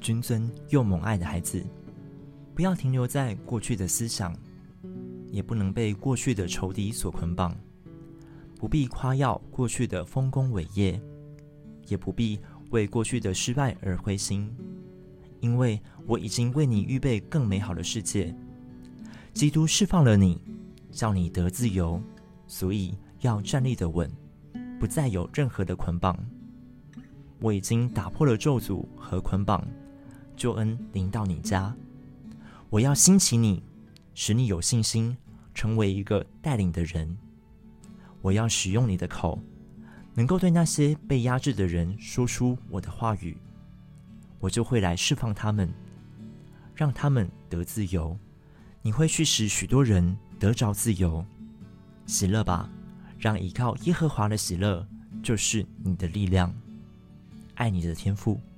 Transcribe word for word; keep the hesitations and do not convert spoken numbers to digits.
君尊又蒙爱的孩子，不要停留在过去的思想，也不能被过去的仇敌所捆绑，不必夸耀过去的丰功伟业，也不必为过去的失败而灰心，因为我已经为你预备更美好的世界。基督释放了你，叫你得自由，所以要站立得稳，不再有任何的捆绑。我已经打破了咒诅和捆绑，救恩临到你家。我要兴起你，使你有信心，成为一个带领的人。我要使用你的口，能够对那些被压制的人说出我的话语，我就会来释放他们，让他们得自由。你会去使许多人得着自由。喜乐吧，让依靠耶和华的喜乐就是你的力量。爱你的天父。